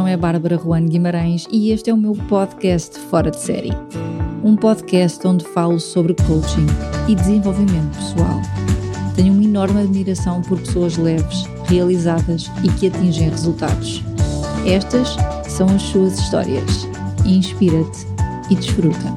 nome é Bárbara Ruano Guimarães e este é o meu podcast Fora de Série. Um podcast onde falo sobre coaching e desenvolvimento pessoal. Tenho uma enorme admiração por pessoas leves, realizadas e que atingem resultados. Estas são as suas histórias. Inspira-te e desfruta.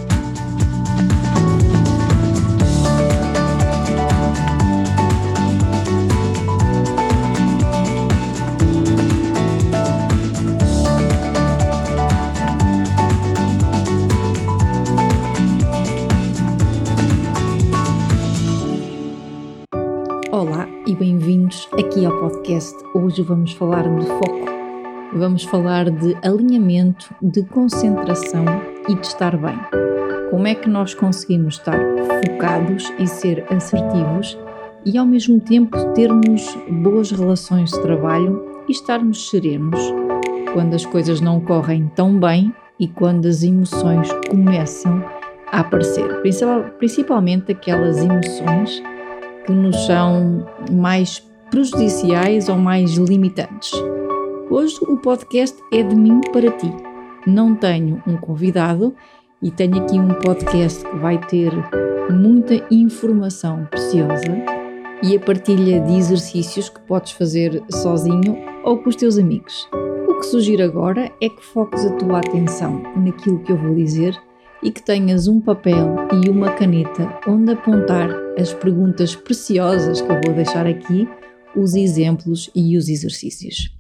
Olá e bem-vindos aqui ao podcast. Hoje vamos falar de foco, vamos falar de alinhamento, de concentração e de estar bem. Como é que nós conseguimos estar focados e ser assertivos e ao mesmo tempo termos boas relações de trabalho e estarmos serenos quando as coisas não correm tão bem e quando as emoções começam a aparecer, principalmente aquelas emoções que nos são mais prejudiciais ou mais limitantes. Hoje o podcast é de mim para ti. Não tenho um convidado e tenho aqui um podcast que vai ter muita informação preciosa e a partilha de exercícios que podes fazer sozinho ou com os teus amigos. O que sugiro agora é que foques a tua atenção naquilo que eu vou dizer e que tenhas um papel e uma caneta onde apontar as perguntas preciosas que eu vou deixar aqui, os exemplos e os exercícios.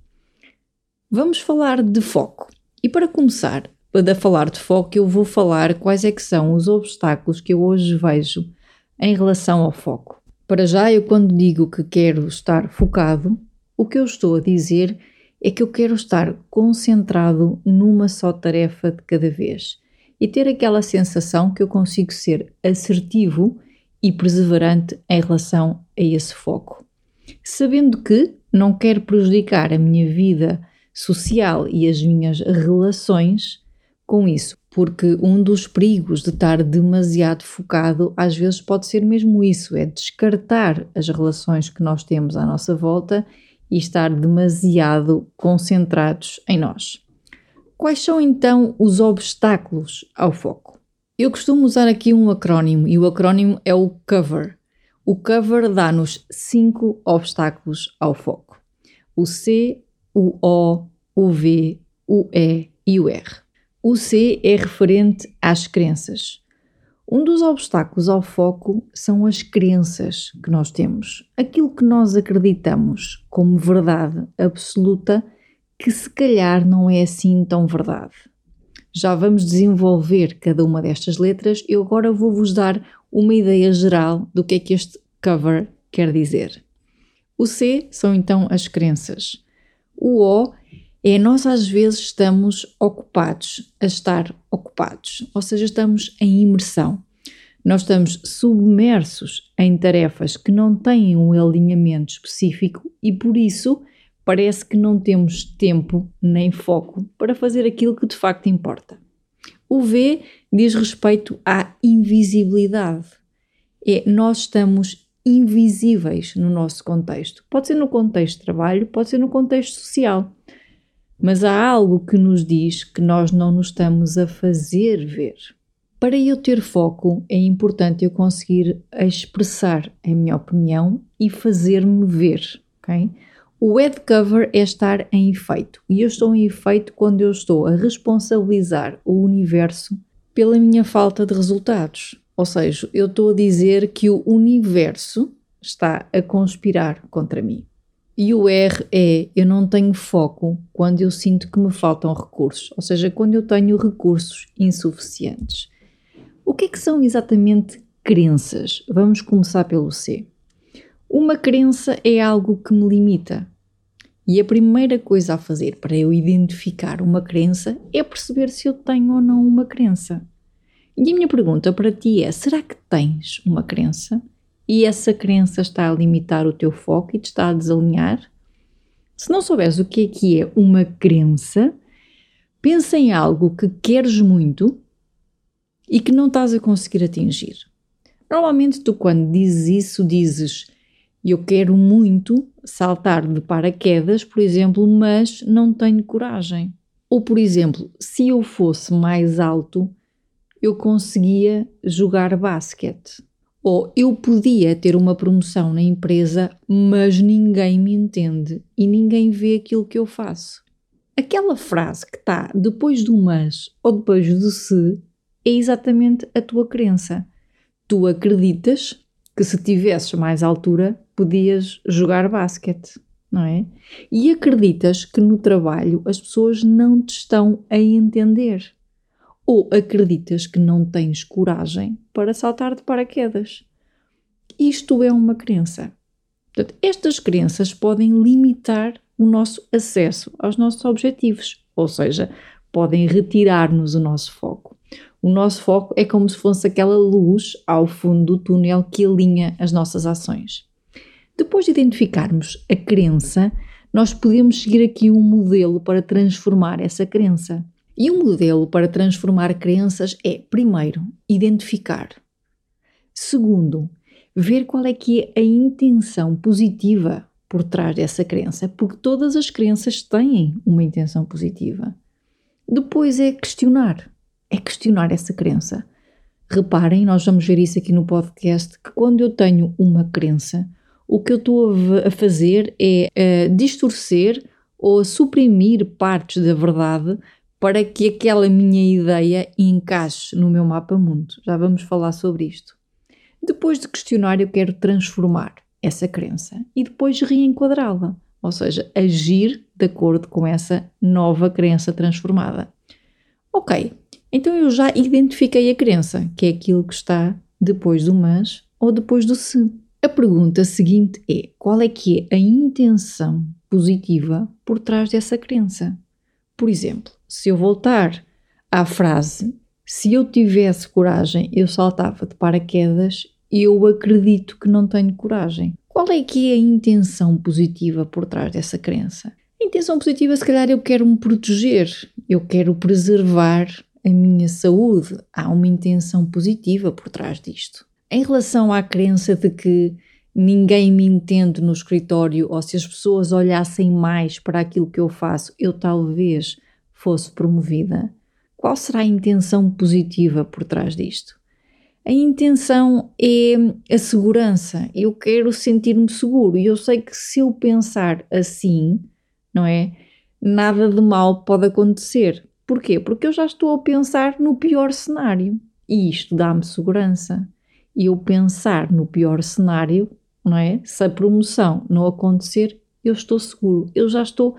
Vamos falar de foco. E para começar a falar de foco, eu vou falar quais é que são os obstáculos que eu hoje vejo em relação ao foco. Para já, eu quando digo que quero estar focado, o que eu estou a dizer é que eu quero estar concentrado numa só tarefa de cada vez e ter aquela sensação que eu consigo ser assertivo e perseverante em relação a esse foco. Sabendo que não quero prejudicar a minha vida social e as minhas relações com isso, porque um dos perigos de estar demasiado focado às vezes pode ser mesmo isso, é descartar as relações que nós temos à nossa volta e estar demasiado concentrados em nós. Quais são então os obstáculos ao foco? Eu costumo usar aqui um acrónimo e o acrónimo é o COVER. O COVER dá-nos 5 obstáculos ao foco. O C, o O, o V, o E e o R. O C é referente às crenças. Um dos obstáculos ao foco são as crenças que nós temos. Aquilo que nós acreditamos como verdade absoluta que se calhar não é assim tão verdade. Já vamos desenvolver cada uma destas letras. Eu agora vou-vos dar uma ideia geral do que é que este cover quer dizer. O C são então as crenças. O O é nós às vezes estamos ocupados, a estar ocupados, ou seja, estamos em imersão. Nós estamos submersos em tarefas que não têm um alinhamento específico e por isso parece que não temos tempo nem foco para fazer aquilo que de facto importa. O V diz respeito à invisibilidade. Nós estamos invisíveis no nosso contexto. Pode ser no contexto de trabalho, pode ser no contexto social. Mas há algo que nos diz que nós não nos estamos a fazer ver. Para eu ter foco, é importante eu conseguir expressar a minha opinião e fazer-me ver, ok? O head cover é estar em efeito, e eu estou em efeito quando eu estou a responsabilizar o universo pela minha falta de resultados. Ou seja, eu estou a dizer que o universo está a conspirar contra mim. E o R é, eu não tenho foco quando eu sinto que me faltam recursos, ou seja, quando eu tenho recursos insuficientes. O que é que são exatamente crenças? Vamos começar pelo C. Uma crença é algo que me limita. E a primeira coisa a fazer para eu identificar uma crença é perceber se eu tenho ou não uma crença. E a minha pergunta para ti é, será que tens uma crença? E essa crença está a limitar o teu foco e te está a desalinhar? Se não souberes o que é uma crença, pensa em algo que queres muito e que não estás a conseguir atingir. Normalmente tu quando dizes isso, dizes Eu quero muito saltar de paraquedas, por exemplo, mas não tenho coragem. Ou, por exemplo, se eu fosse mais alto, eu conseguia jogar basquete. Ou eu podia ter uma promoção na empresa, mas ninguém me entende e ninguém vê aquilo que eu faço. Aquela frase que está depois do mas ou depois do se é exatamente a tua crença. Tu acreditas que se tivesses mais altura podias jogar basquete, não é? E acreditas que no trabalho as pessoas não te estão a entender. Ou acreditas que não tens coragem para saltar de paraquedas. Isto é uma crença. Portanto, estas crenças podem limitar o nosso acesso aos nossos objetivos, ou seja, podem retirar-nos o nosso foco. O nosso foco é como se fosse aquela luz ao fundo do túnel que alinha as nossas ações. Depois de identificarmos a crença, nós podemos seguir aqui um modelo para transformar essa crença. E um modelo para transformar crenças é, primeiro, identificar. Segundo, ver qual é que é a intenção positiva por trás dessa crença, porque todas as crenças têm uma intenção positiva. Depois é questionar essa crença. Reparem, nós vamos ver isso aqui no podcast, que quando eu tenho uma crença, o que eu estou a fazer é distorcer ou a suprimir partes da verdade para que aquela minha ideia encaixe no meu mapa-mundo. Já vamos falar sobre isto. Depois de questionar, eu quero transformar essa crença e depois reenquadrá-la, ou seja, agir de acordo com essa nova crença transformada. Ok, então eu já identifiquei a crença, que é aquilo que está depois do mas ou depois do se. A pergunta seguinte é: qual é que é a intenção positiva por trás dessa crença? Por exemplo, se eu voltar à frase, se eu tivesse coragem, eu saltava de paraquedas, eu acredito que não tenho coragem. Qual é que é a intenção positiva por trás dessa crença? A intenção positiva, se calhar, eu quero me proteger, eu quero preservar a minha saúde. Há uma intenção positiva por trás disto. Em relação à crença de que ninguém me entende no escritório, ou se as pessoas olhassem mais para aquilo que eu faço, eu talvez fosse promovida. Qual será a intenção positiva por trás disto? A intenção é a segurança. Eu quero sentir-me seguro e eu sei que se eu pensar assim, não é? Nada de mal pode acontecer. Porquê? Porque eu já estou a pensar no pior cenário e isto dá-me segurança. E eu pensar no pior cenário, não é? Se a promoção não acontecer, eu estou seguro. Eu já estou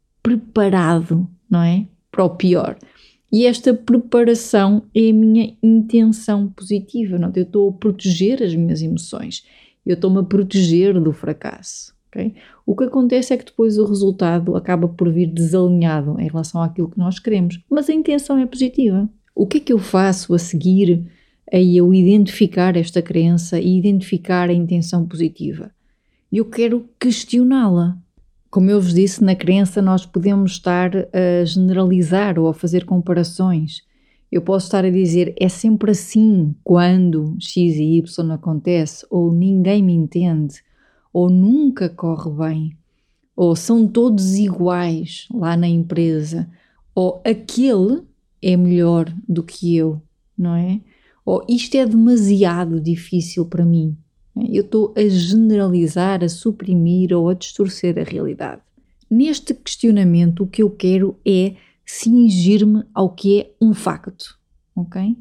preparado, não é? Para o pior. E esta preparação é a minha intenção positiva, não? Eu estou a proteger as minhas emoções, eu estou-me a proteger do fracasso. Okay? O que acontece é que depois o resultado acaba por vir desalinhado em relação àquilo que nós queremos, mas a intenção é positiva. O que é que eu faço a seguir a eu identificar esta crença e identificar a intenção positiva? Eu quero questioná-la. Como eu vos disse, na crença nós podemos estar a generalizar ou a fazer comparações. Eu posso estar a dizer é sempre assim quando X e Y acontece, ou ninguém me entende, ou nunca corre bem, ou são todos iguais lá na empresa, ou aquele é melhor do que eu, não é? Ou isto é demasiado difícil para mim. Eu estou a generalizar, a suprimir ou a distorcer a realidade. Neste questionamento, o que eu quero é cingir-me ao que é um facto, ok?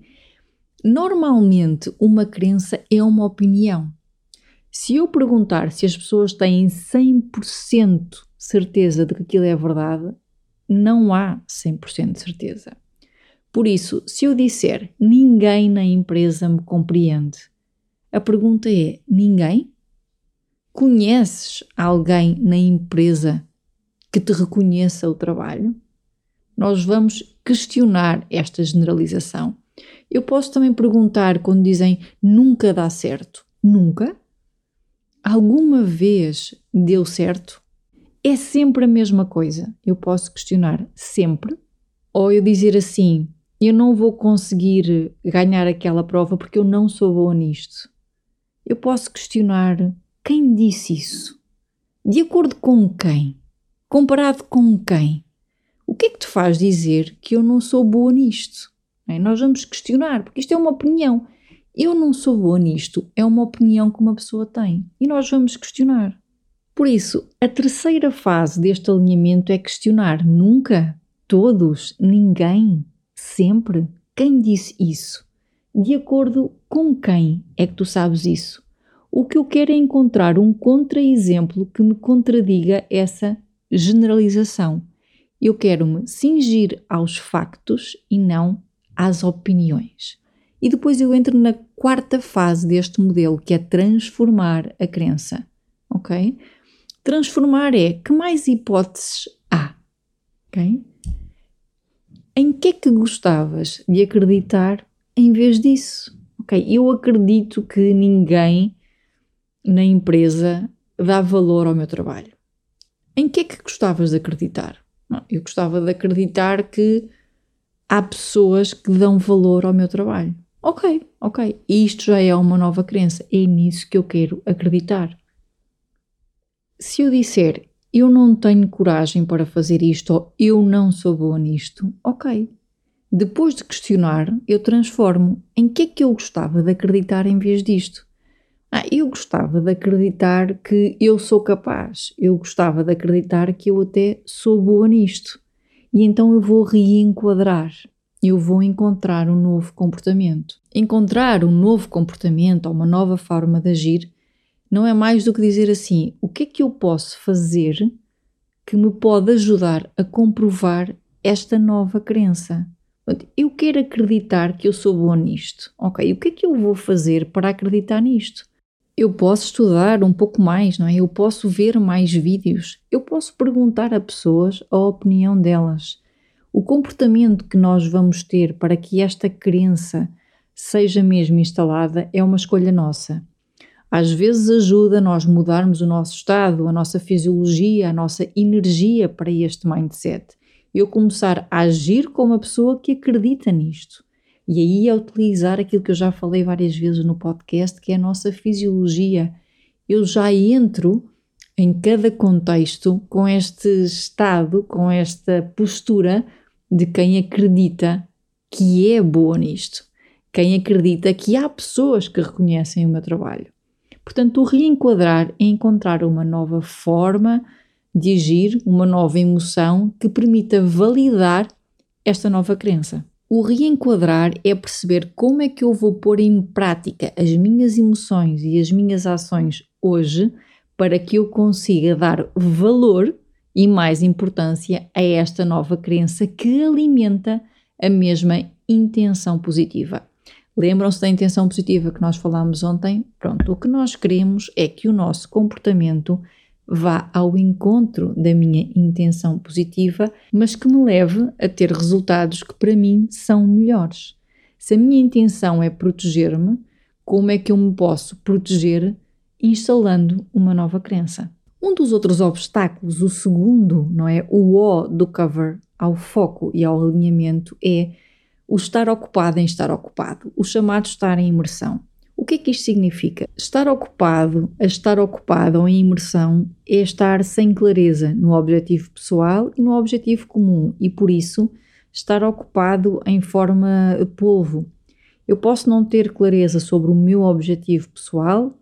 Normalmente, uma crença é uma opinião. Se eu perguntar se as pessoas têm 100% certeza de que aquilo é verdade, não há 100% de certeza. Por isso, se eu disser ninguém na empresa me compreende, a pergunta é: ninguém? Conheces alguém na empresa que te reconheça o trabalho? Nós vamos questionar esta generalização. Eu posso também perguntar quando dizem nunca dá certo. Nunca? Alguma vez deu certo? É sempre a mesma coisa. Eu posso questionar sempre. Ou eu dizer assim: eu não vou conseguir ganhar aquela prova porque eu não sou boa nisto. Eu posso questionar quem disse isso? De acordo com quem? Comparado com quem? O que é que te faz dizer que eu não sou boa nisto? Nós vamos questionar, porque isto é uma opinião. Eu não sou boa nisto, é uma opinião que uma pessoa tem. E nós vamos questionar. Por isso, a terceira fase deste alinhamento é questionar nunca, todos, ninguém, sempre. Quem disse isso? De acordo com quem é que tu sabes isso? O que eu quero é encontrar um contra-exemplo que me contradiga essa generalização. Eu quero me cingir aos factos e não às opiniões. E depois eu entro na quarta fase deste modelo, que é transformar a crença. Ok? Transformar é, que mais hipóteses há? Ok? Em que é que gostavas de acreditar em vez disso? Ok? Eu acredito que ninguém na empresa dá valor ao meu trabalho. Em que é que gostavas de acreditar? Eu gostava de acreditar que há pessoas que dão valor ao meu trabalho. Ok. Isto já é uma nova crença. É nisso que eu quero acreditar. Se eu disser, eu não tenho coragem para fazer isto ou eu não sou boa nisto, ok. Depois de questionar, eu transformo. Em que é que eu gostava de acreditar em vez disto? Eu gostava de acreditar que eu sou capaz. Eu gostava de acreditar que eu até sou boa nisto. E então eu vou reenquadrar. Eu vou encontrar um novo comportamento. Encontrar um novo comportamento ou uma nova forma de agir não é mais do que dizer assim, o que é que eu posso fazer que me pode ajudar a comprovar esta nova crença? Eu quero acreditar que eu sou bom nisto. Ok, o que é que eu vou fazer para acreditar nisto? Eu posso estudar um pouco mais, não é? Eu posso ver mais vídeos. Eu posso perguntar a pessoas a opinião delas. O comportamento que nós vamos ter para que esta crença seja mesmo instalada é uma escolha nossa. Às vezes ajuda nós mudarmos o nosso estado, a nossa fisiologia, a nossa energia para este mindset. Eu começar a agir como uma pessoa que acredita nisto. E aí é utilizar aquilo que eu já falei várias vezes no podcast, que é a nossa fisiologia. Eu já entro em cada contexto com este estado, com esta postura de quem acredita que é boa nisto. Quem acredita que há pessoas que reconhecem o meu trabalho. Portanto, o reenquadrar é encontrar uma nova forma de agir, uma nova emoção que permita validar esta nova crença. O reenquadrar é perceber como é que eu vou pôr em prática as minhas emoções e as minhas ações hoje para que eu consiga dar valor e mais importância a esta nova crença que alimenta a mesma intenção positiva. Lembram-se da intenção positiva que nós falámos ontem? Pronto, o que nós queremos é que o nosso comportamento vá ao encontro da minha intenção positiva, mas que me leve a ter resultados que para mim são melhores. Se a minha intenção é proteger-me, como é que eu me posso proteger instalando uma nova crença? Um dos outros obstáculos, o segundo, não é? O O do cover ao foco e ao alinhamento é o estar ocupado em estar ocupado, o chamado estar em imersão. O que é que isto significa? Estar ocupado, a estar ocupado ou em imersão é estar sem clareza no objetivo pessoal e no objetivo comum e, por isso, estar ocupado em forma polvo. Eu posso não ter clareza sobre o meu objetivo pessoal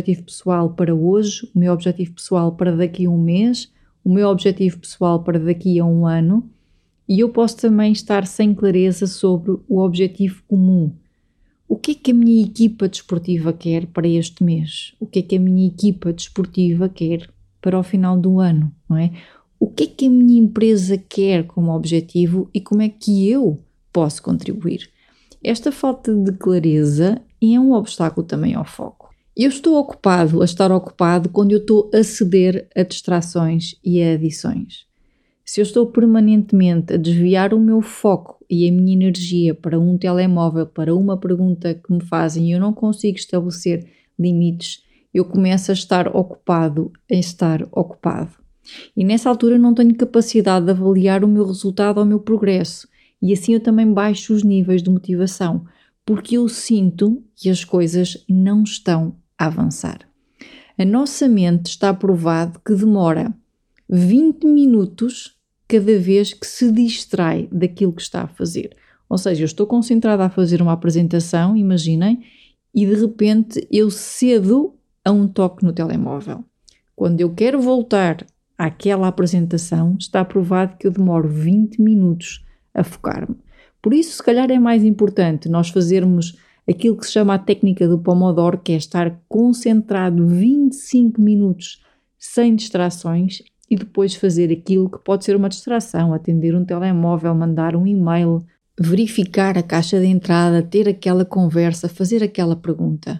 para hoje, o meu objetivo pessoal para daqui a um mês, o meu objetivo pessoal para daqui a um ano, e eu posso também estar sem clareza sobre o objetivo comum. O que é que a minha equipa desportiva quer para este mês? O que é que a minha equipa desportiva quer para o final do ano, não é? O que é que a minha empresa quer como objetivo e como é que eu posso contribuir? Esta falta de clareza é um obstáculo também ao foco. Eu estou ocupado a estar ocupado quando eu estou a ceder a distrações e a adições. Se eu estou permanentemente a desviar o meu foco e a minha energia para um telemóvel, para uma pergunta que me fazem e eu não consigo estabelecer limites, eu começo a estar ocupado em estar ocupado. E nessa altura eu não tenho capacidade de avaliar o meu resultado ou o meu progresso. E assim eu também baixo os níveis de motivação, porque eu sinto que as coisas não estão a avançar. A nossa mente está provado que demora 20 minutos cada vez que se distrai daquilo que está a fazer. Ou seja, eu estou concentrada a fazer uma apresentação, imaginem, e de repente eu cedo a um toque no telemóvel. Quando eu quero voltar àquela apresentação, está provado que eu demoro 20 minutos a focar-me. Por isso, se calhar é mais importante nós fazermos aquilo que se chama a técnica do Pomodoro, que é estar concentrado 25 minutos sem distrações e depois fazer aquilo que pode ser uma distração, atender um telemóvel, mandar um e-mail, verificar a caixa de entrada, ter aquela conversa, fazer aquela pergunta.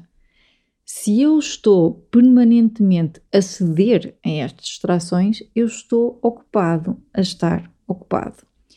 Se eu estou permanentemente a ceder a estas distrações, eu estou ocupado a estar ocupado.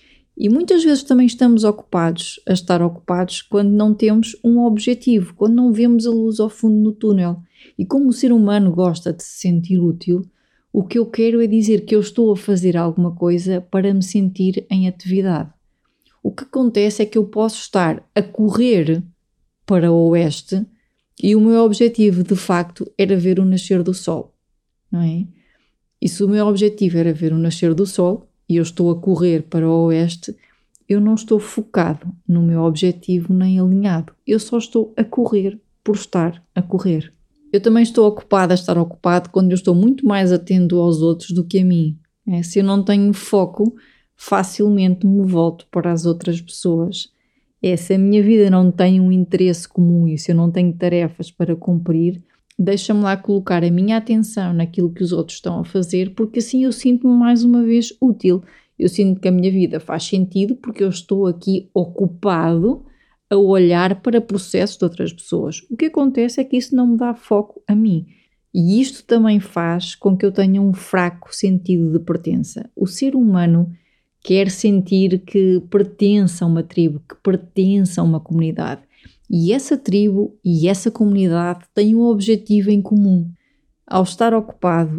E muitas vezes também estamos ocupados a estar ocupados quando não temos um objetivo, quando não vemos a luz ao fundo do túnel. E como o ser humano gosta de se sentir útil, o que eu quero é dizer que eu estou a fazer alguma coisa para me sentir em atividade. O que acontece é que eu posso estar a correr para o oeste e o meu objetivo, de facto, era ver o nascer do sol, não é? E se o meu objetivo era ver o nascer do sol e eu estou a correr para o oeste, eu não estou focado no meu objetivo nem alinhado. Eu só estou a correr por estar a correr. Eu também estou ocupada a estar ocupado quando eu estou muito mais atento aos outros do que a mim. Se eu não tenho foco, facilmente me volto para as outras pessoas. Se a minha vida não tem um interesse comum e se eu não tenho tarefas para cumprir, deixa-me lá colocar a minha atenção naquilo que os outros estão a fazer, porque assim eu sinto-me mais uma vez útil. Eu sinto que a minha vida faz sentido porque eu estou aqui ocupado a olhar para processos de outras pessoas. O que acontece é que isso não me dá foco a mim. E isto também faz com que eu tenha um fraco sentido de pertença. O ser humano quer sentir que pertence a uma tribo, que pertence a uma comunidade. E essa tribo e essa comunidade têm um objetivo em comum. Ao estar ocupado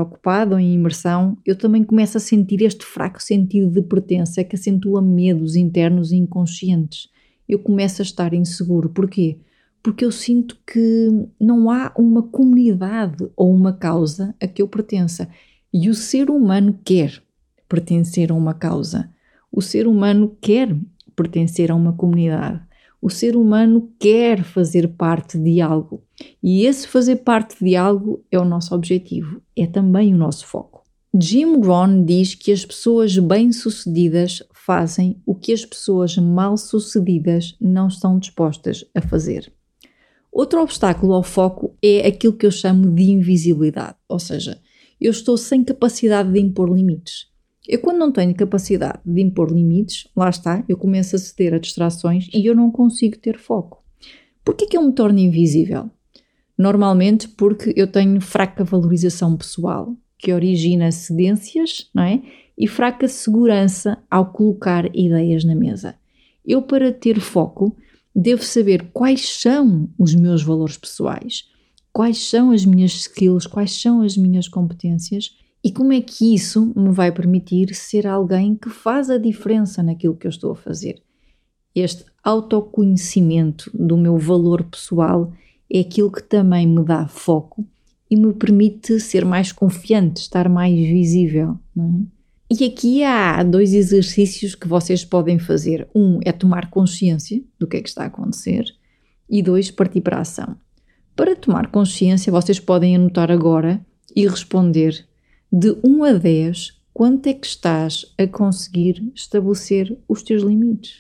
ou em imersão, eu também começo a sentir este fraco sentido de pertença que acentua medos internos e inconscientes. Eu começo a estar inseguro. Porquê? Porque eu sinto que não há uma comunidade ou uma causa a que eu pertença. E o ser humano quer pertencer a uma causa. O ser humano quer pertencer a uma comunidade. O ser humano quer fazer parte de algo. E esse fazer parte de algo é o nosso objetivo, é também o nosso foco. Jim Rohn diz que as pessoas bem-sucedidas fazem o que as pessoas mal-sucedidas não estão dispostas a fazer. Outro obstáculo ao foco é aquilo que eu chamo de invisibilidade, ou seja, eu estou sem capacidade de impor limites. Eu, quando não tenho capacidade de impor limites, lá está, eu começo a ceder a distrações e eu não consigo ter foco. Porquê que eu me torno invisível? Normalmente porque eu tenho fraca valorização pessoal, que origina cedências, não é? E fraca segurança ao colocar ideias na mesa. Eu, para ter foco, devo saber quais são os meus valores pessoais, quais são as minhas skills, quais são as minhas competências e como é que isso me vai permitir ser alguém que faz a diferença naquilo que eu estou a fazer. Este autoconhecimento do meu valor pessoal é aquilo que também me dá foco e me permite ser mais confiante, estar mais visível, não é? E aqui há 2 exercícios que vocês podem fazer. 1 é tomar consciência do que é que está a acontecer e 2, partir para a ação. Para tomar consciência, vocês podem anotar agora e responder de 1 a 10, quanto é que estás a conseguir estabelecer os teus limites?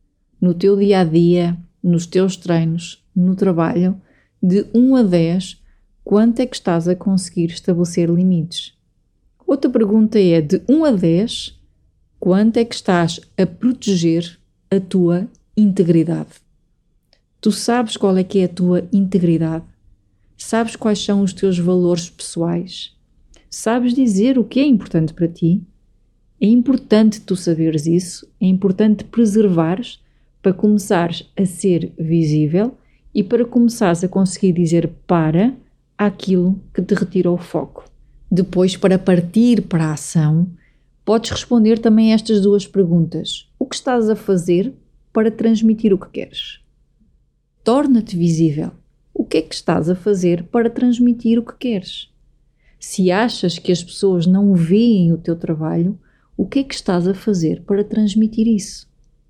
No teu dia-a-dia, nos teus treinos, no trabalho, de 1 a 10, quanto é que estás a conseguir estabelecer limites? Outra pergunta é, de 1 a 10, quanto é que estás a proteger a tua integridade? Tu sabes qual é que é a tua integridade? Sabes quais são os teus valores pessoais? Sabes dizer o que é importante para ti? É importante tu saberes isso, é importante preservares para começares a ser visível e para começares a conseguir dizer para àquilo que te retira o foco. Depois, para partir para a ação, podes responder também a estas 2 perguntas. O que estás a fazer para transmitir o que queres? Torna-te visível. o que é que estás a fazer para transmitir o que queres? Se achas que as pessoas não veem o teu trabalho, o que é que estás a fazer para transmitir isso?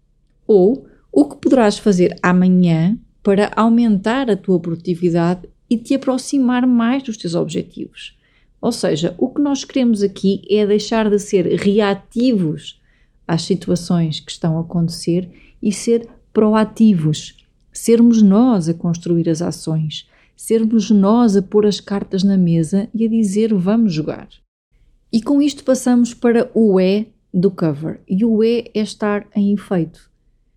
Ou o que poderás fazer amanhã para aumentar a tua produtividade e te aproximar mais dos teus objetivos? Ou seja, o que nós queremos aqui é deixar de ser reativos às situações que estão a acontecer e ser proativos. Sermos nós a construir as ações, sermos nós a pôr as cartas na mesa e a dizer vamos jogar. E com isto passamos para o E do cover. E o E é estar em efeito.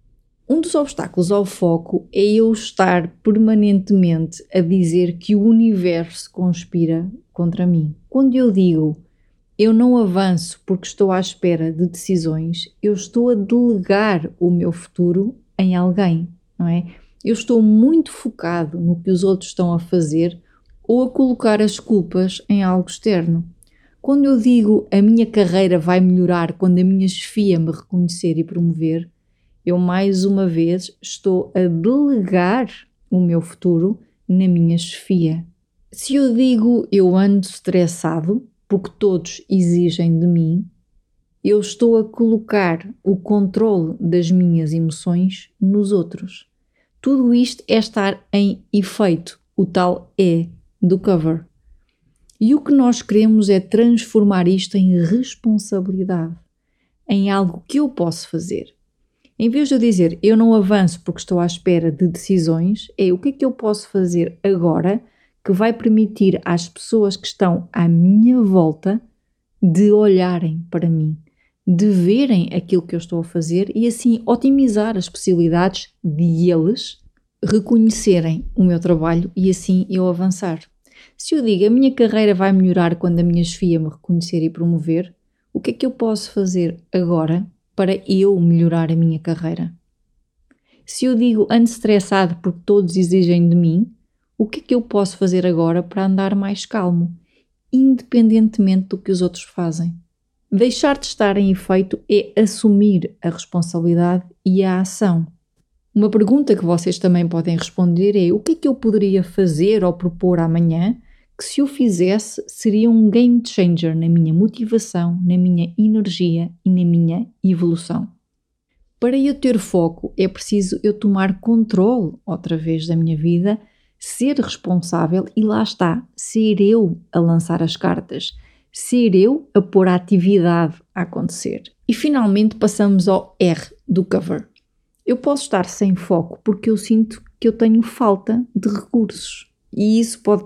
Um dos obstáculos ao foco é eu estar permanentemente a dizer que o universo conspira contra mim. Quando eu digo eu não avanço porque estou à espera de decisões, eu estou a delegar o meu futuro em alguém, não é? Eu estou muito focado no que os outros estão a fazer ou a colocar as culpas em algo externo. Quando eu digo a minha carreira vai melhorar quando a minha chefia me reconhecer e promover, eu mais uma vez estou a delegar o meu futuro na minha chefia. Se eu digo eu ando estressado porque todos exigem de mim, eu estou a colocar o controle das minhas emoções nos outros. Tudo isto é estar em efeito, o tal E do cover. E o que nós queremos é transformar isto em responsabilidade, em algo que eu posso fazer. Em vez de eu dizer eu não avanço porque estou à espera de decisões, é o que é que eu posso fazer agora que vai permitir às pessoas que estão à minha volta de olharem para mim, de verem aquilo que eu estou a fazer e assim otimizar as possibilidades de eles reconhecerem o meu trabalho e assim eu avançar. Se eu digo a minha carreira vai melhorar quando a minha chefia me reconhecer e promover, o que é que eu posso fazer agora para eu melhorar a minha carreira? Se eu digo ando estressado porque todos exigem de mim, o que é que eu posso fazer agora para andar mais calmo, independentemente do que os outros fazem? Deixar de estar em efeito é assumir a responsabilidade e a ação. Uma pergunta que vocês também podem responder é o que é que eu poderia fazer ou propor amanhã que se eu fizesse seria um game changer na minha motivação, na minha energia e na minha evolução. Para eu ter foco é preciso eu tomar controle outra vez da minha vida, ser responsável e lá está, ser eu a lançar as cartas, ser eu a pôr a atividade a acontecer. E finalmente passamos ao R do cover. Eu posso estar sem foco porque eu sinto que eu tenho falta de recursos e isso pode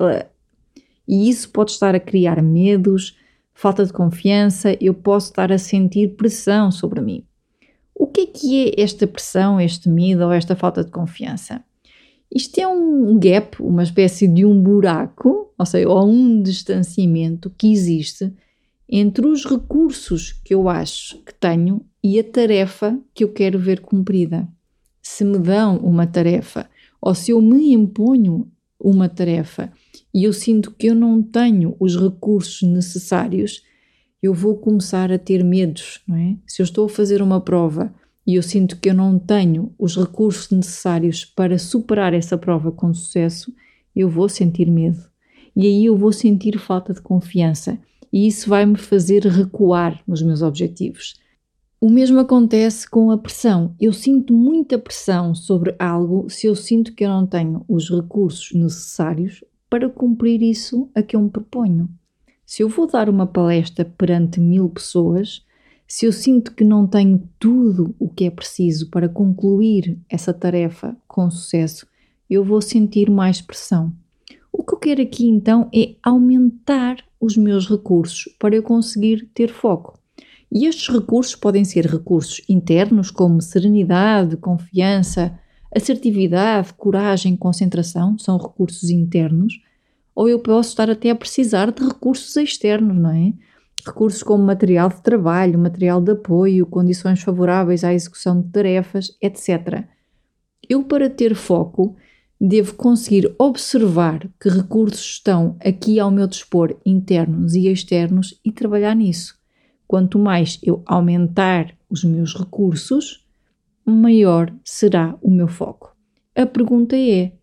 estar a criar medos, falta de confiança, eu posso estar a sentir pressão sobre mim. O que é esta pressão, este medo ou esta falta de confiança? Isto é um gap, uma espécie de um buraco, ou seja, ou um distanciamento que existe entre os recursos que eu acho que tenho e a tarefa que eu quero ver cumprida. Se me dão uma tarefa ou se eu me imponho uma tarefa e eu sinto que eu não tenho os recursos necessários, eu vou começar a ter medos, não é? Se eu estou a fazer uma prova e eu sinto que eu não tenho os recursos necessários para superar essa prova com sucesso, eu vou sentir medo. E aí eu vou sentir falta de confiança. E isso vai me fazer recuar nos meus objetivos. O mesmo acontece com a pressão. Eu sinto muita pressão sobre algo se eu sinto que eu não tenho os recursos necessários para cumprir isso a que eu me proponho. Se eu vou dar uma palestra perante 1000 pessoas, se eu sinto que não tenho tudo o que é preciso para concluir essa tarefa com sucesso, eu vou sentir mais pressão. O que eu quero aqui então é aumentar os meus recursos para eu conseguir ter foco. E estes recursos podem ser recursos internos como serenidade, confiança, assertividade, coragem, concentração, são recursos internos, ou eu posso estar até a precisar de recursos externos, não é? Recursos como material de trabalho, material de apoio, condições favoráveis à execução de tarefas, etc. Eu, para ter foco, devo conseguir observar que recursos estão aqui ao meu dispor, internos e externos, e trabalhar nisso. Quanto mais eu aumentar os meus recursos, maior será o meu foco. A pergunta é,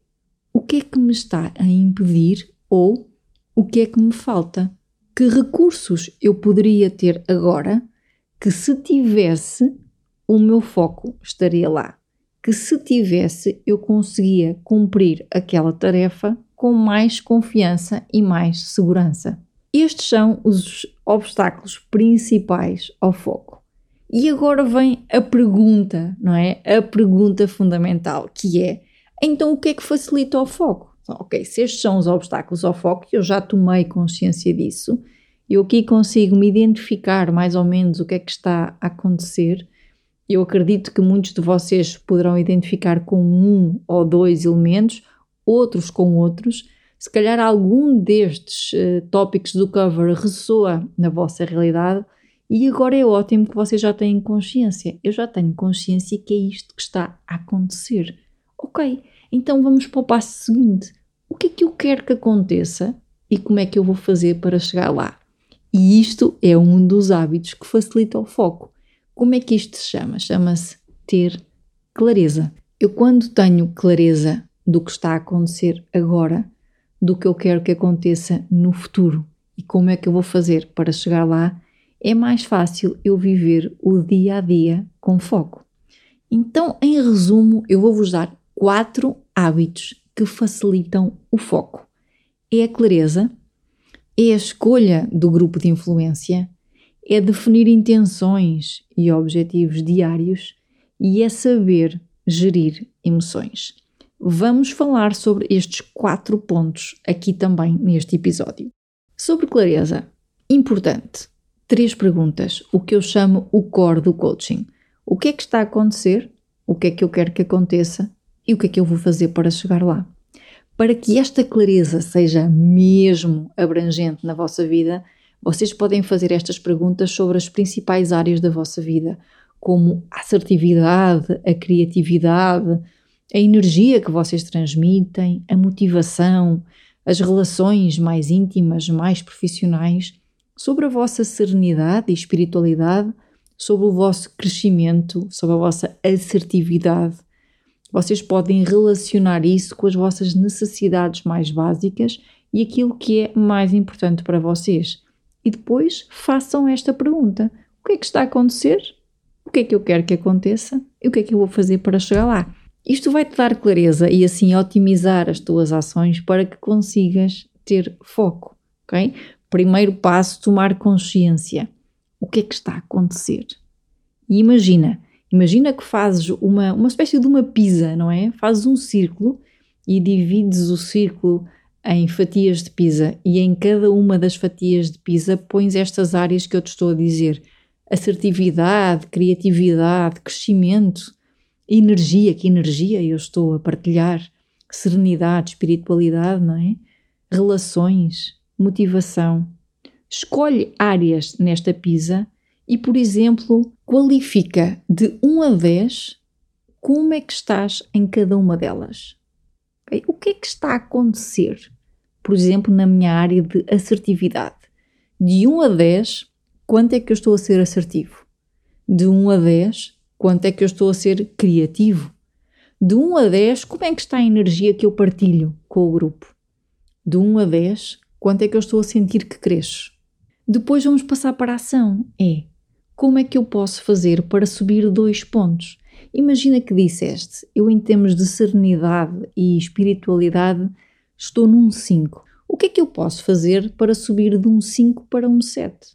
o que é que me está a impedir ou o que é que me falta? Que recursos eu poderia ter agora que, se tivesse, o meu foco estaria lá? Que, se tivesse, eu conseguia cumprir aquela tarefa com mais confiança e mais segurança. Estes são os obstáculos principais ao foco. E agora vem a pergunta, não é? A pergunta fundamental, que é: então o que é que facilita o foco? Ok, se estes são os obstáculos ao foco, eu já tomei consciência disso, eu aqui consigo me identificar mais ou menos o que é que está a acontecer. Eu acredito que muitos de vocês poderão identificar com um ou dois elementos, outros com outros. Se calhar algum destes tópicos do cover ressoa na vossa realidade e agora é ótimo que vocês já têm consciência. Eu já tenho consciência que é isto que está a acontecer. Ok, então vamos para o passo seguinte. O que é que eu quero que aconteça e como é que eu vou fazer para chegar lá? E isto é um dos hábitos que facilita o foco. Como é que isto se chama? Chama-se ter clareza. Eu, quando tenho clareza do que está a acontecer agora, do que eu quero que aconteça no futuro e como é que eu vou fazer para chegar lá, é mais fácil eu viver o dia a dia com foco. Então, em resumo, eu vou-vos dar 4 hábitos que facilitam o foco. É a clareza, é a escolha do grupo de influência, é definir intenções e objetivos diários e é saber gerir emoções. Vamos falar sobre estes 4 pontos aqui também neste episódio. Sobre clareza, importante, 3 perguntas, o que eu chamo o core do coaching. O que é que está a acontecer? O que é que eu quero que aconteça? E o que é que eu vou fazer para chegar lá? Para que esta clareza seja mesmo abrangente na vossa vida, vocês podem fazer estas perguntas sobre as principais áreas da vossa vida, como a assertividade, a criatividade, a energia que vocês transmitem, a motivação, as relações mais íntimas, mais profissionais, sobre a vossa serenidade e espiritualidade, sobre o vosso crescimento, sobre a vossa assertividade. Vocês podem relacionar isso com as vossas necessidades mais básicas e aquilo que é mais importante para vocês. E depois façam esta pergunta: o que é que está a acontecer? O que é que eu quero que aconteça? E o que é que eu vou fazer para chegar lá? Isto vai-te dar clareza e assim otimizar as tuas ações para que consigas ter foco, ok? Primeiro passo, tomar consciência. O que é que está a acontecer? E imagina que fazes uma espécie de uma pizza, não é? Fazes um círculo e divides o círculo em fatias de pizza e em cada uma das fatias de pizza pões estas áreas que eu te estou a dizer: assertividade, criatividade, crescimento, energia, que energia eu estou a partilhar, serenidade, espiritualidade, não é? Relações, motivação. Escolhe áreas nesta pizza e, por exemplo, qualifica de 1 a 10 como é que estás em cada uma delas. Okay? O que é que está a acontecer? Por exemplo, na minha área de assertividade. De 1 a 10, quanto é que eu estou a ser assertivo? De 1 a 10, quanto é que eu estou a ser criativo? De 1 a 10, como é que está a energia que eu partilho com o grupo? De 1 a 10, quanto é que eu estou a sentir que cresço? Depois vamos passar para a ação. Como é que eu posso fazer para subir 2 pontos? Imagina que disseste: eu, em termos de serenidade e espiritualidade, estou num 5. O que é que eu posso fazer para subir de um 5 para um 7?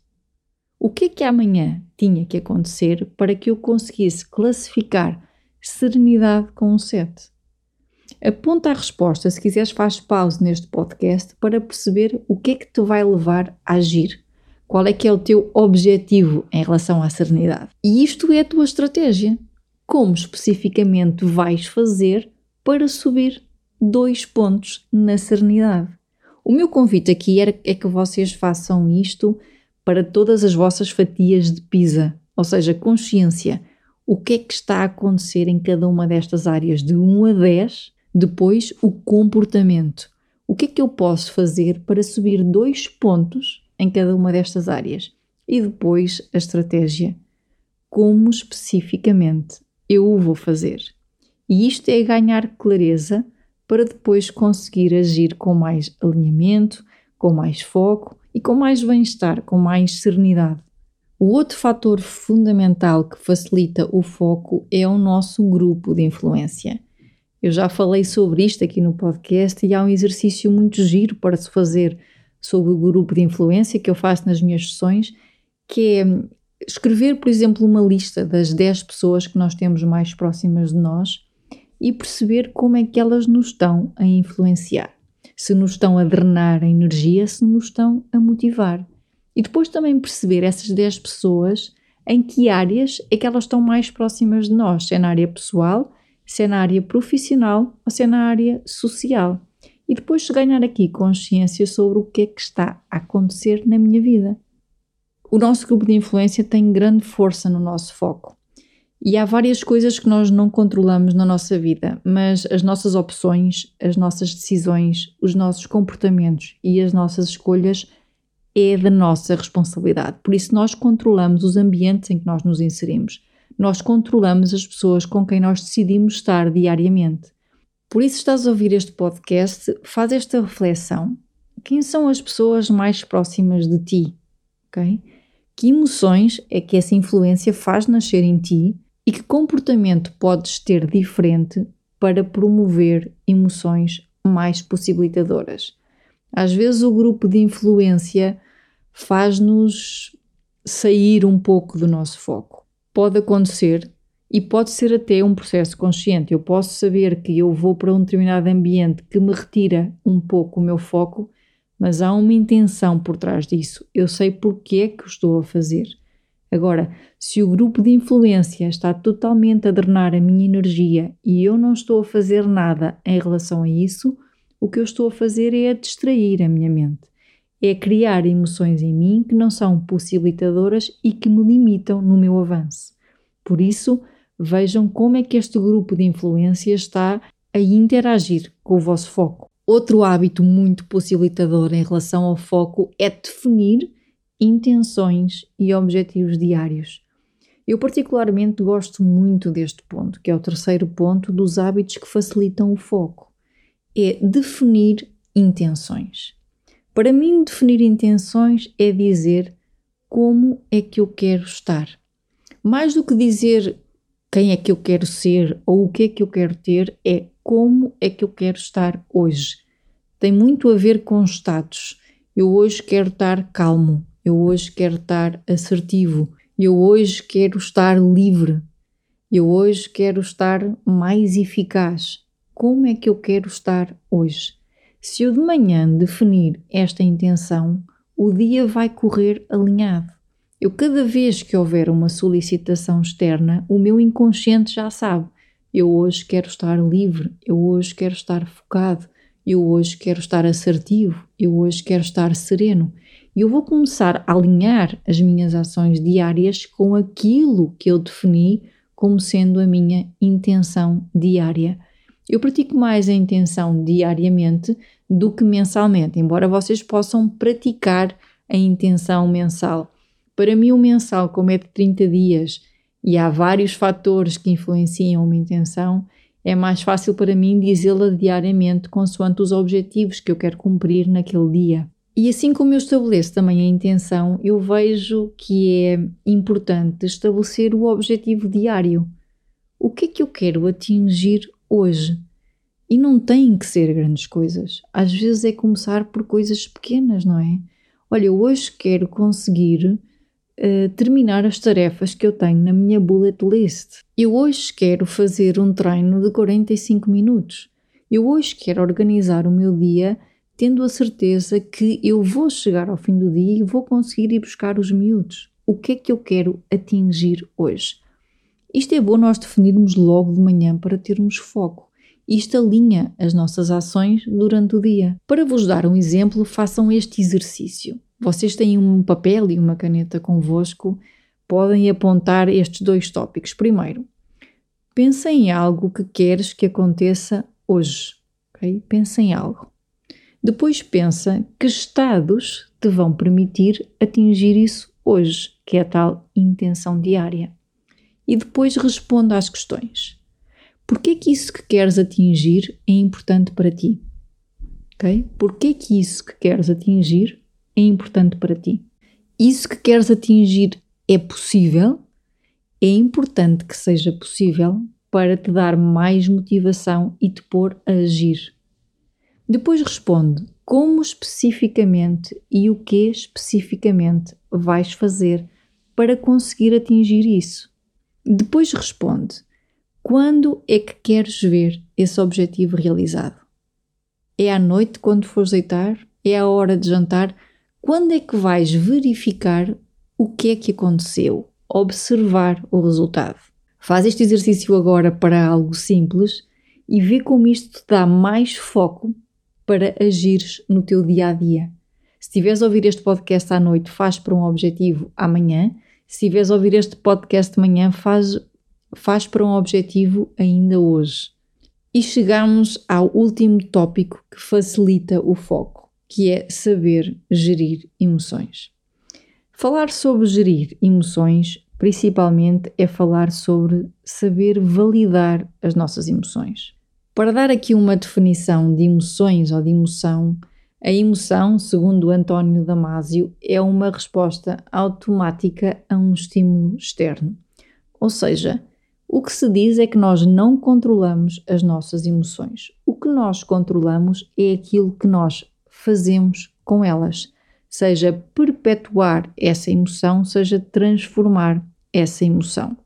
O que é que amanhã tinha que acontecer para que eu conseguisse classificar serenidade com um 7? Aponta a resposta, se quiseres faz pausa neste podcast para perceber o que é que te vai levar a agir. Qual é que é o teu objetivo em relação à serenidade? E isto é a tua estratégia. Como especificamente vais fazer para subir 2 pontos na serenidade? O meu convite aqui é que vocês façam isto para todas as vossas fatias de pizza, ou seja, consciência. O que é que está a acontecer em cada uma destas áreas de 1 a 10? Depois, o comportamento. O que é que eu posso fazer para subir 2 pontos em cada uma destas áreas? E depois, a estratégia. Como especificamente eu o vou fazer? E isto é ganhar clareza para depois conseguir agir com mais alinhamento, com mais foco e com mais bem-estar, com mais serenidade. O outro fator fundamental que facilita o foco é o nosso grupo de influência. Eu já falei sobre isto aqui no podcast e há um exercício muito giro para se fazer sobre o grupo de influência que eu faço nas minhas sessões, que é escrever, por exemplo, uma lista das 10 pessoas que nós temos mais próximas de nós e perceber como é que elas nos estão a influenciar. Se nos estão a drenar a energia, se nos estão a motivar. E depois também perceber essas 10 pessoas em que áreas é que elas estão mais próximas de nós, se é na área pessoal, se é na área profissional ou se é na área social. E depois ganhar aqui consciência sobre o que é que está a acontecer na minha vida. O nosso grupo de influência tem grande força no nosso foco. E há várias coisas que nós não controlamos na nossa vida, mas as nossas opções, as nossas decisões, os nossos comportamentos e as nossas escolhas é da nossa responsabilidade. Por isso nós controlamos os ambientes em que nós nos inserimos. Nós controlamos as pessoas com quem nós decidimos estar diariamente. Por isso estás a ouvir este podcast, faz esta reflexão. Quem são as pessoas mais próximas de ti? Okay? Que emoções é que essa influência faz nascer em ti e que comportamento podes ter diferente para promover emoções mais possibilitadoras? Às vezes o grupo de influência faz-nos sair um pouco do nosso foco. Pode acontecer e pode ser até um processo consciente. Eu posso saber que eu vou para um determinado ambiente que me retira um pouco o meu foco, mas há uma intenção por trás disso. Eu sei porque é que o estou a fazer. Agora, se o grupo de influência está totalmente a drenar a minha energia e eu não estou a fazer nada em relação a isso, o que eu estou a fazer é a distrair a minha mente. É criar emoções em mim que não são possibilitadoras e que me limitam no meu avanço. Por isso, vejam como é que este grupo de influência está a interagir com o vosso foco. Outro hábito muito possibilitador em relação ao foco é definir intenções e objetivos diários. Eu particularmente gosto muito deste ponto, que é o terceiro ponto dos hábitos que facilitam o foco. É definir intenções. Para mim, definir intenções é dizer como é que eu quero estar. Mais do que dizer quem é que eu quero ser ou o que é que eu quero ter, é como é que eu quero estar hoje. Tem muito a ver com status. Eu hoje quero estar calmo, eu hoje quero estar assertivo, eu hoje quero estar livre, eu hoje quero estar mais eficaz. Como é que eu quero estar hoje? Se eu de manhã definir esta intenção, o dia vai correr alinhado. Eu, cada vez que houver uma solicitação externa, o meu inconsciente já sabe. Eu hoje quero estar livre, eu hoje quero estar focado, eu hoje quero estar assertivo, eu hoje quero estar sereno. E eu vou começar a alinhar as minhas ações diárias com aquilo que eu defini como sendo a minha intenção diária. Eu pratico mais a intenção diariamente do que mensalmente, embora vocês possam praticar a intenção mensal. Para mim, o mensal, como é de 30 dias e há vários fatores que influenciam uma intenção, é mais fácil para mim dizê-la diariamente consoante os objetivos que eu quero cumprir naquele dia. E assim como eu estabeleço também a intenção, eu vejo que é importante estabelecer o objetivo diário. O que é que eu quero atingir hoje? E não têm que ser grandes coisas. Às vezes é começar por coisas pequenas, não é? Olha, eu hoje quero conseguir terminar as tarefas que eu tenho na minha bullet list. Eu hoje quero fazer um treino de 45 minutos. Eu hoje quero organizar o meu dia tendo a certeza que eu vou chegar ao fim do dia e vou conseguir ir buscar os miúdos. O que é que eu quero atingir hoje? Isto é bom nós definirmos logo de manhã para termos foco. Isto alinha as nossas ações durante o dia. Para vos dar um exemplo, façam este exercício. Vocês têm um papel e uma caneta convosco, podem apontar estes dois tópicos. Primeiro, pensa em algo que queres que aconteça hoje. Okay? Pensa em algo. Depois pensa que estados te vão permitir atingir isso hoje, que é a tal intenção diária. E depois responda às questões. Porquê que isso que queres atingir é importante para ti? Ok? Porquê que isso que queres atingir é importante para ti? Isso que queres atingir é possível? É importante que seja possível para te dar mais motivação e te pôr a agir. Depois responde como especificamente e o que especificamente vais fazer para conseguir atingir isso. Depois responde quando é que queres ver esse objetivo realizado. É à noite quando fores deitar? É à hora de jantar? Quando é que vais verificar o que é que aconteceu? Observar o resultado. Faz este exercício agora para algo simples e vê como isto te dá mais foco para agires no teu dia-a-dia. Se estiveres a ouvir este podcast à noite, faz para um objetivo amanhã. Se estiveres a ouvir este podcast de manhã, faz para um objetivo ainda hoje. E chegamos ao último tópico que facilita o foco, que é saber gerir emoções. Falar sobre gerir emoções, principalmente, é falar sobre saber validar as nossas emoções. Para dar aqui uma definição de emoções ou de emoção, a emoção, segundo António Damasio, é uma resposta automática a um estímulo externo. Ou seja, o que se diz é que nós não controlamos as nossas emoções. O que nós controlamos é aquilo que nós fazemos com elas, seja perpetuar essa emoção, seja transformar essa emoção.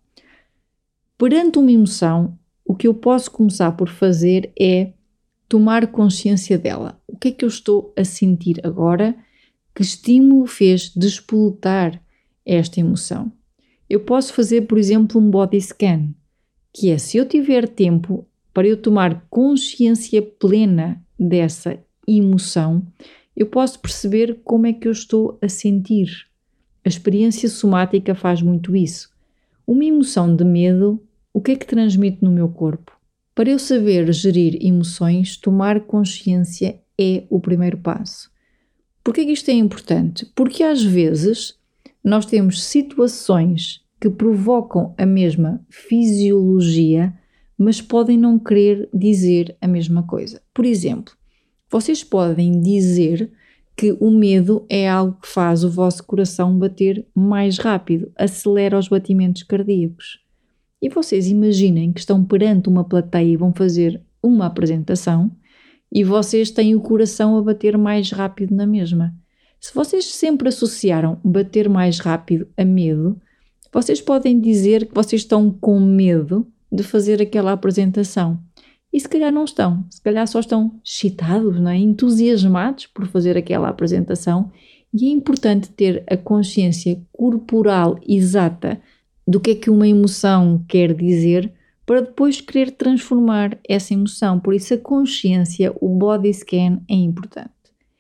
Perante uma emoção, o que eu posso começar por fazer é tomar consciência dela. O que é que eu estou a sentir agora? Que estímulo fez despoletar esta emoção? Eu posso fazer, por exemplo, um body scan, que é se eu tiver tempo para eu tomar consciência plena dessa emoção, eu posso perceber como é que eu estou a sentir. A experiência somática faz muito isso. Uma emoção de medo, o que é que transmite no meu corpo? Para eu saber gerir emoções, tomar consciência é o primeiro passo. Porquê que isto é importante? Porque às vezes nós temos situações que provocam a mesma fisiologia, mas podem não querer dizer a mesma coisa. Por exemplo, vocês podem dizer que o medo é algo que faz o vosso coração bater mais rápido, acelera os batimentos cardíacos. E vocês imaginem que estão perante uma plateia e vão fazer uma apresentação e vocês têm o coração a bater mais rápido na mesma. Se vocês sempre associaram bater mais rápido a medo, vocês podem dizer que vocês estão com medo de fazer aquela apresentação. E se calhar não estão, se calhar só estão excitados, não é? Entusiasmados por fazer aquela apresentação. E é importante ter a consciência corporal exata do que é que uma emoção quer dizer para depois querer transformar essa emoção. Por isso a consciência, o body scan é importante.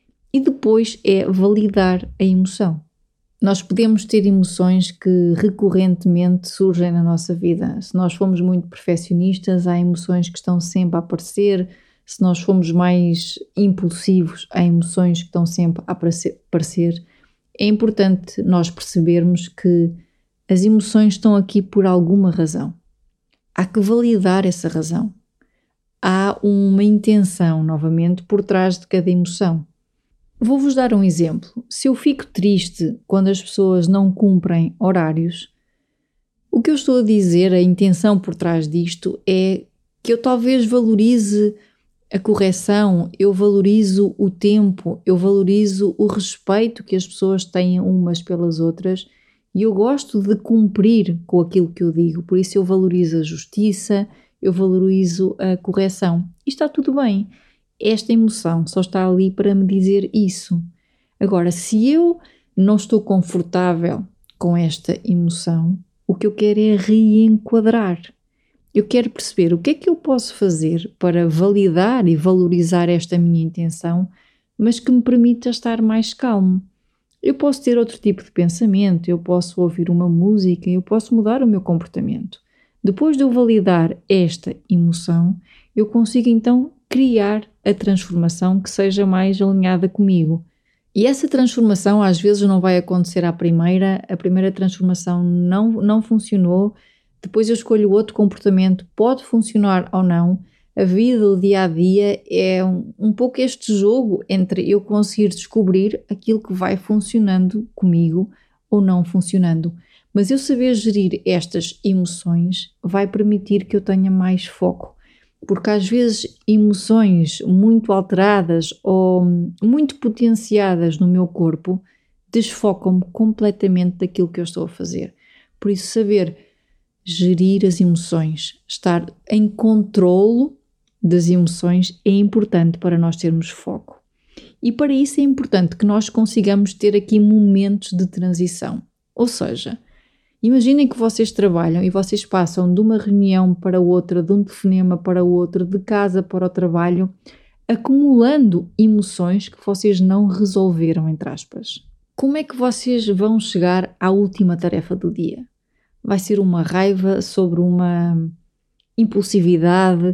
E depois é validar a emoção. Nós podemos ter emoções que recorrentemente surgem na nossa vida. Se nós formos muito perfeccionistas, há emoções que estão sempre a aparecer. Se nós formos mais impulsivos, há emoções que estão sempre a aparecer. É importante nós percebermos que as emoções estão aqui por alguma razão. Há que validar essa razão. Há uma intenção, novamente, por trás de cada emoção. Vou-vos dar um exemplo. Se eu fico triste quando as pessoas não cumprem horários, o que eu estou a dizer, a intenção por trás disto é que eu talvez valorize a correção, eu valorizo o tempo, eu valorizo o respeito que as pessoas têm umas pelas outras e eu gosto de cumprir com aquilo que eu digo, por isso eu valorizo a justiça, eu valorizo a correção. E está tudo bem. Esta emoção só está ali para me dizer isso. Agora, se eu não estou confortável com esta emoção, o que eu quero é reenquadrar. Eu quero perceber o que é que eu posso fazer para validar e valorizar esta minha intenção, mas que me permita estar mais calmo. Eu posso ter outro tipo de pensamento, eu posso ouvir uma música, eu posso mudar o meu comportamento. Depois de eu validar esta emoção, eu consigo então criar a transformação que seja mais alinhada comigo. E essa transformação às vezes não vai acontecer à primeira, a primeira transformação não funcionou, depois eu escolho outro comportamento, pode funcionar ou não. A vida, o dia a dia é um pouco este jogo entre eu conseguir descobrir aquilo que vai funcionando comigo ou não funcionando. Mas eu saber gerir estas emoções vai permitir que eu tenha mais foco. Porque às vezes emoções muito alteradas ou muito potenciadas no meu corpo desfocam-me completamente daquilo que eu estou a fazer. Por isso, saber gerir as emoções, estar em controlo das emoções é importante para nós termos foco. E para isso é importante que nós consigamos ter aqui momentos de transição. Ou seja, imaginem que vocês trabalham e vocês passam de uma reunião para outra, de um telefonema para outro, de casa para o trabalho, acumulando emoções que vocês não resolveram, entre aspas. Como é que vocês vão chegar à última tarefa do dia? Vai ser uma raiva sobre uma impulsividade,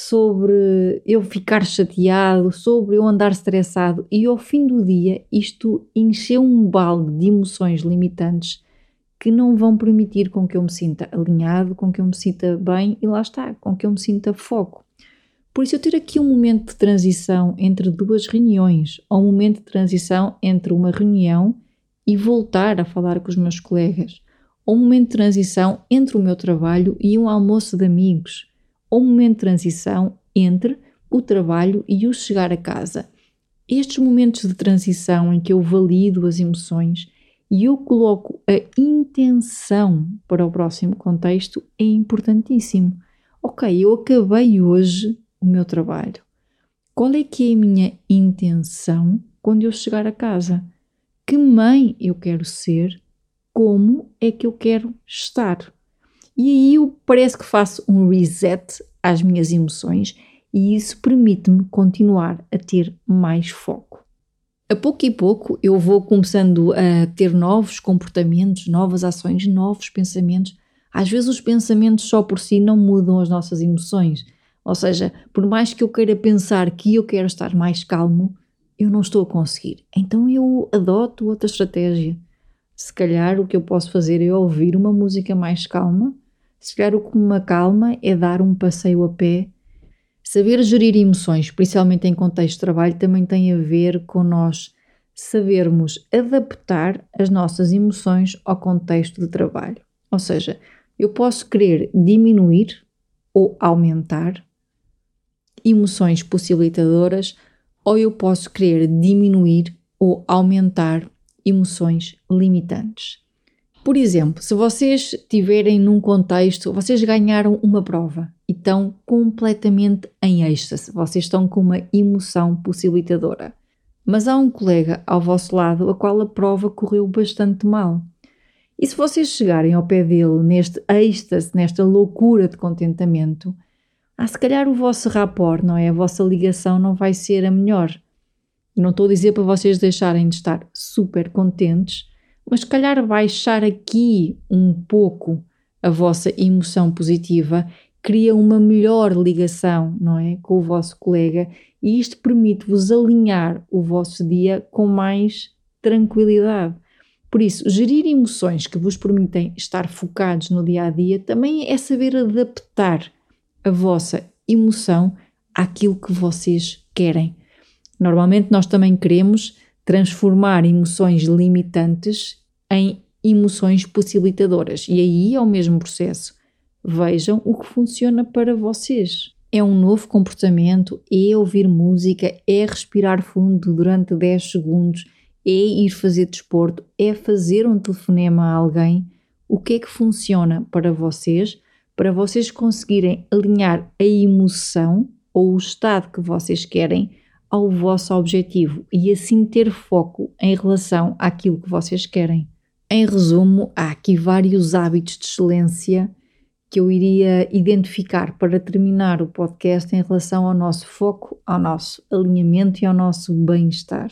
sobre eu ficar chateado, sobre eu andar estressado e ao fim do dia isto encheu um balde de emoções limitantes que não vão permitir com que eu me sinta alinhado, com que eu me sinta bem e lá está, com que eu me sinta foco. Por isso eu ter aqui um momento de transição entre duas reuniões ou um momento de transição entre uma reunião e voltar a falar com os meus colegas, ou um momento de transição entre o meu trabalho e um almoço de amigos, ou um momento de transição entre o trabalho e o chegar a casa. Estes momentos de transição em que eu valido as emoções e eu coloco a intenção para o próximo contexto é importantíssimo. Ok, eu acabei hoje o meu trabalho. Qual é que é a minha intenção quando eu chegar a casa? Que mãe eu quero ser? Como é que eu quero estar? E aí parece que faço um reset às minhas emoções e isso permite-me continuar a ter mais foco. A pouco e pouco eu vou começando a ter novos comportamentos, novas ações, novos pensamentos. Às vezes os pensamentos só por si não mudam as nossas emoções. Ou seja, por mais que eu queira pensar que eu quero estar mais calmo, eu não estou a conseguir. Então eu adoto outra estratégia. Se calhar o que eu posso fazer é ouvir uma música mais calma. Se calhar o que me acalma é dar um passeio a pé. Saber gerir emoções, especialmente em contexto de trabalho, também tem a ver com nós sabermos adaptar as nossas emoções ao contexto de trabalho. Ou seja, eu posso querer diminuir ou aumentar emoções possibilitadoras ou eu posso querer diminuir ou aumentar emoções limitantes. Por exemplo, se vocês estiverem num contexto, vocês ganharam uma prova e estão completamente em êxtase, vocês estão com uma emoção possibilitadora, mas há um colega ao vosso lado a qual a prova correu bastante mal. E se vocês chegarem ao pé dele neste êxtase, nesta loucura de contentamento, se calhar o vosso rapport, não é? A vossa ligação não vai ser a melhor. Não estou a dizer para vocês deixarem de estar super contentes, mas se calhar baixar aqui um pouco a vossa emoção positiva cria uma melhor ligação, não é? Com o vosso colega e isto permite-vos alinhar o vosso dia com mais tranquilidade. Por isso, gerir emoções que vos permitem estar focados no dia a dia também é saber adaptar a vossa emoção àquilo que vocês querem. Normalmente nós também queremos transformar emoções limitantes em emoções possibilitadoras e aí é o mesmo processo. Vejam o que funciona para vocês. É um novo comportamento, é ouvir música, é respirar fundo durante 10 segundos, é ir fazer desporto, é fazer um telefonema a alguém. O que é que funciona para vocês conseguirem alinhar a emoção ou o estado que vocês querem ao vosso objetivo e assim ter foco em relação àquilo que vocês querem. Em resumo, há aqui vários hábitos de excelência que eu iria identificar para terminar o podcast em relação ao nosso foco, ao nosso alinhamento e ao nosso bem-estar.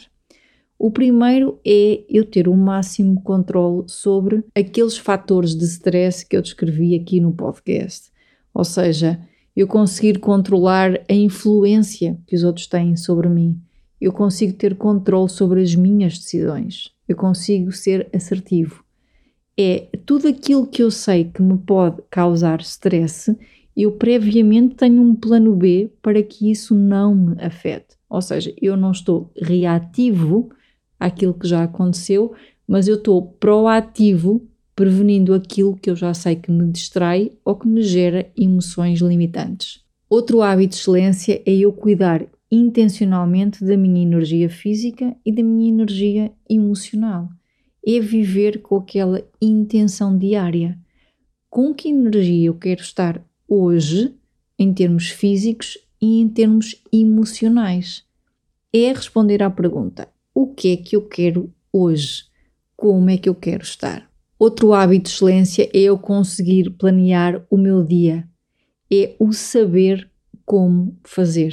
O primeiro é eu ter o máximo controle sobre aqueles fatores de stress que eu descrevi aqui no podcast. Ou seja, eu conseguir controlar a influência que os outros têm sobre mim. Eu consigo ter controle sobre as minhas decisões. Eu consigo ser assertivo. É tudo aquilo que eu sei que me pode causar stress, eu previamente tenho um plano B para que isso não me afete. Ou seja, eu não estou reativo àquilo que já aconteceu, mas eu estou proativo, prevenindo aquilo que eu já sei que me distrai ou que me gera emoções limitantes. Outro hábito de excelência é eu cuidar intencionalmente da minha energia física e da minha energia emocional. É viver com aquela intenção diária. Com que energia eu quero estar hoje, em termos físicos e em termos emocionais? É responder à pergunta: o que é que eu quero hoje? Como é que eu quero estar? Outro hábito de excelência é eu conseguir planear o meu dia. É o saber como fazer.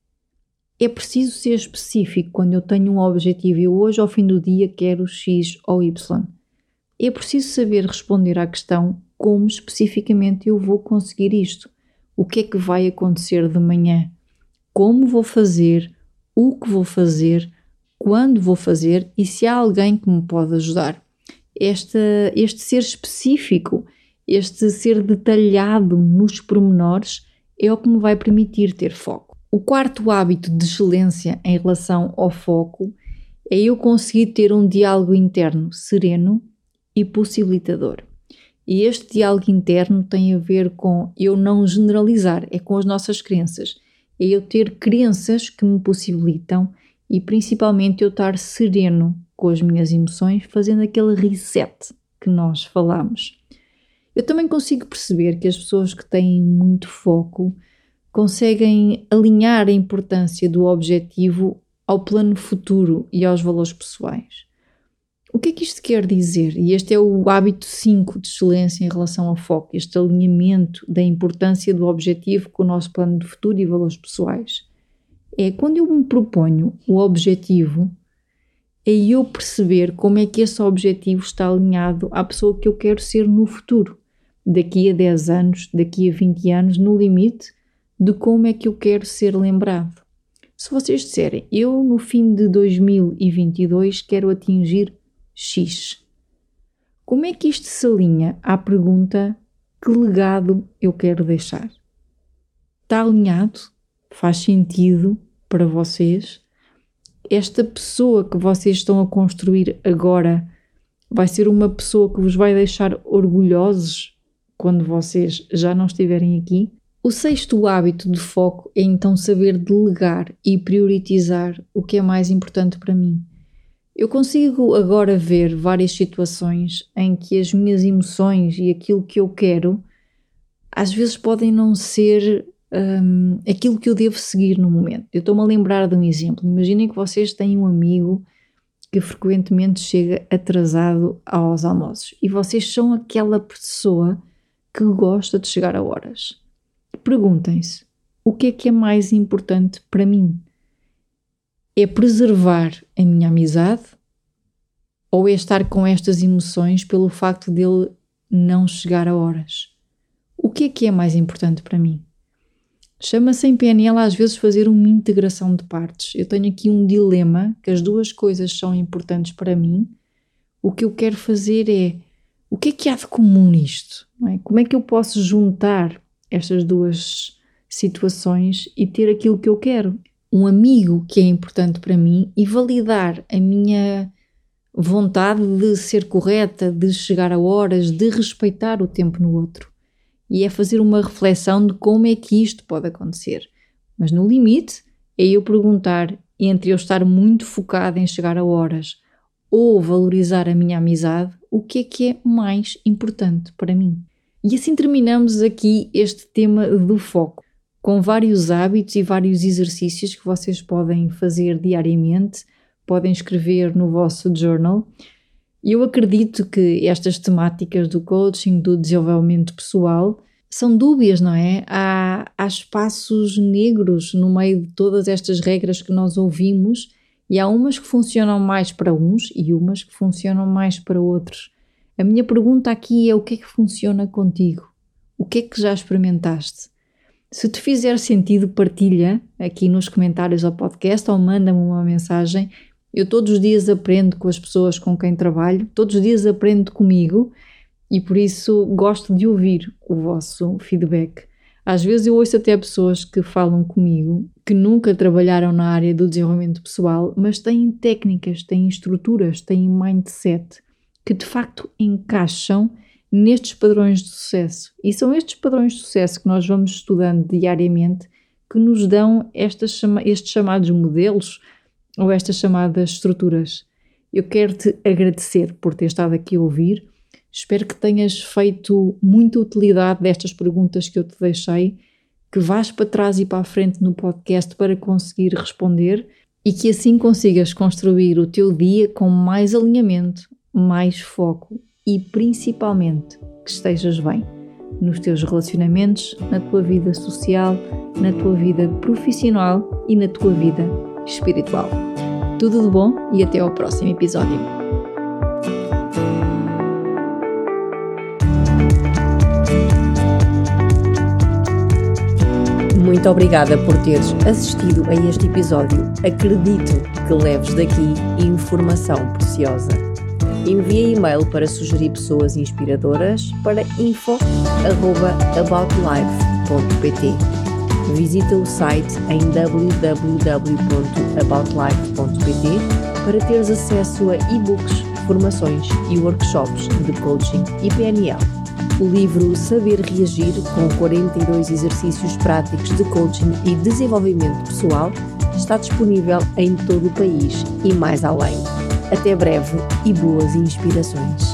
É preciso ser específico quando eu tenho um objetivo e hoje ao fim do dia quero X ou Y. É preciso saber responder à questão como especificamente eu vou conseguir isto. O que é que vai acontecer de manhã? Como vou fazer? O que vou fazer? Quando vou fazer? E se há alguém que me pode ajudar? Este ser específico, este ser detalhado nos pormenores é o que me vai permitir ter foco. O quarto hábito de excelência em relação ao foco é eu conseguir ter um diálogo interno sereno e possibilitador. E este diálogo interno tem a ver com eu não generalizar, é com as nossas crenças. É eu ter crenças que me possibilitam e principalmente eu estar sereno com as minhas emoções, fazendo aquele reset que nós falamos. Eu também consigo perceber que as pessoas que têm muito foco conseguem alinhar a importância do objetivo ao plano futuro e aos valores pessoais. O que é que isto quer dizer? E este é o hábito 5 de excelência em relação ao foco, este alinhamento da importância do objetivo com o nosso plano de futuro e valores pessoais. É quando eu me proponho o objetivo, é eu perceber como é que esse objetivo está alinhado à pessoa que eu quero ser no futuro, daqui a 10 anos, daqui a 20 anos, no limite de como é que eu quero ser lembrado. Se vocês disserem, eu no fim de 2022 quero atingir X. Como é que isto se alinha à pergunta que legado eu quero deixar? Está alinhado? Faz sentido para vocês? Esta pessoa que vocês estão a construir agora vai ser uma pessoa que vos vai deixar orgulhosos quando vocês já não estiverem aqui? O sexto hábito de foco é então saber delegar e priorizar o que é mais importante para mim. Eu consigo agora ver várias situações em que as minhas emoções e aquilo que eu quero às vezes podem não ser aquilo que eu devo seguir no momento. Eu estou-me a lembrar de um exemplo. Imaginem que vocês têm um amigo que frequentemente chega atrasado aos almoços e vocês são aquela pessoa que gosta de chegar a horas. Perguntem-se, o que é mais importante para mim? É preservar a minha amizade ou é estar com estas emoções pelo facto dele não chegar a horas? O que é mais importante para mim? Chama-se em PNL às vezes fazer uma integração de partes. Eu tenho aqui um dilema, que as duas coisas são importantes para mim. O que eu quero fazer é, o que há de comum nisto? Não é? Como é que eu posso juntar estas duas situações e ter aquilo que eu quero? Um amigo que é importante para mim e validar a minha vontade de ser correta, de chegar a horas, de respeitar o tempo no outro. E é fazer uma reflexão de como é que isto pode acontecer. Mas no limite é eu perguntar entre eu estar muito focada em chegar a horas ou valorizar a minha amizade, o que é mais importante para mim. E assim terminamos aqui este tema do foco, com vários hábitos e vários exercícios que vocês podem fazer diariamente, podem escrever no vosso journal. Eu acredito que estas temáticas do coaching, do desenvolvimento pessoal, são dúbias, não é? Há espaços negros no meio de todas estas regras que nós ouvimos e há umas que funcionam mais para uns e umas que funcionam mais para outros. A minha pergunta aqui é o que é que funciona contigo? O que é que já experimentaste? Se te fizer sentido, partilha aqui nos comentários ao podcast ou manda-me uma mensagem. Eu todos os dias aprendo com as pessoas com quem trabalho, todos os dias aprendo comigo e por isso gosto de ouvir o vosso feedback. Às vezes eu ouço até pessoas que falam comigo que nunca trabalharam na área do desenvolvimento pessoal, mas têm técnicas, têm estruturas, têm mindset que de facto encaixam nestes padrões de sucesso. E são estes padrões de sucesso que nós vamos estudando diariamente que nos dão estes chamados modelos ou estas chamadas estruturas. Eu quero-te agradecer por ter estado aqui a ouvir. Espero que tenhas feito muita utilidade destas perguntas que eu te deixei, que vás para trás e para a frente no podcast para conseguir responder e que assim consigas construir o teu dia com mais alinhamento, mais foco e principalmente que estejas bem nos teus relacionamentos, na tua vida social, na tua vida profissional e na tua vida espiritual. Tudo de bom e até ao próximo episódio. Muito obrigada por teres assistido a este episódio. Acredito que leves daqui informação preciosa. Envia e-mail para sugerir pessoas inspiradoras para info@aboutlife.pt. Visita o site em www.aboutlife.pt para teres acesso a e-books, formações e workshops de coaching e PNL. O livro Saber Reagir, com 42 exercícios práticos de coaching e desenvolvimento pessoal, está disponível em todo o país e mais além. Até breve e boas inspirações!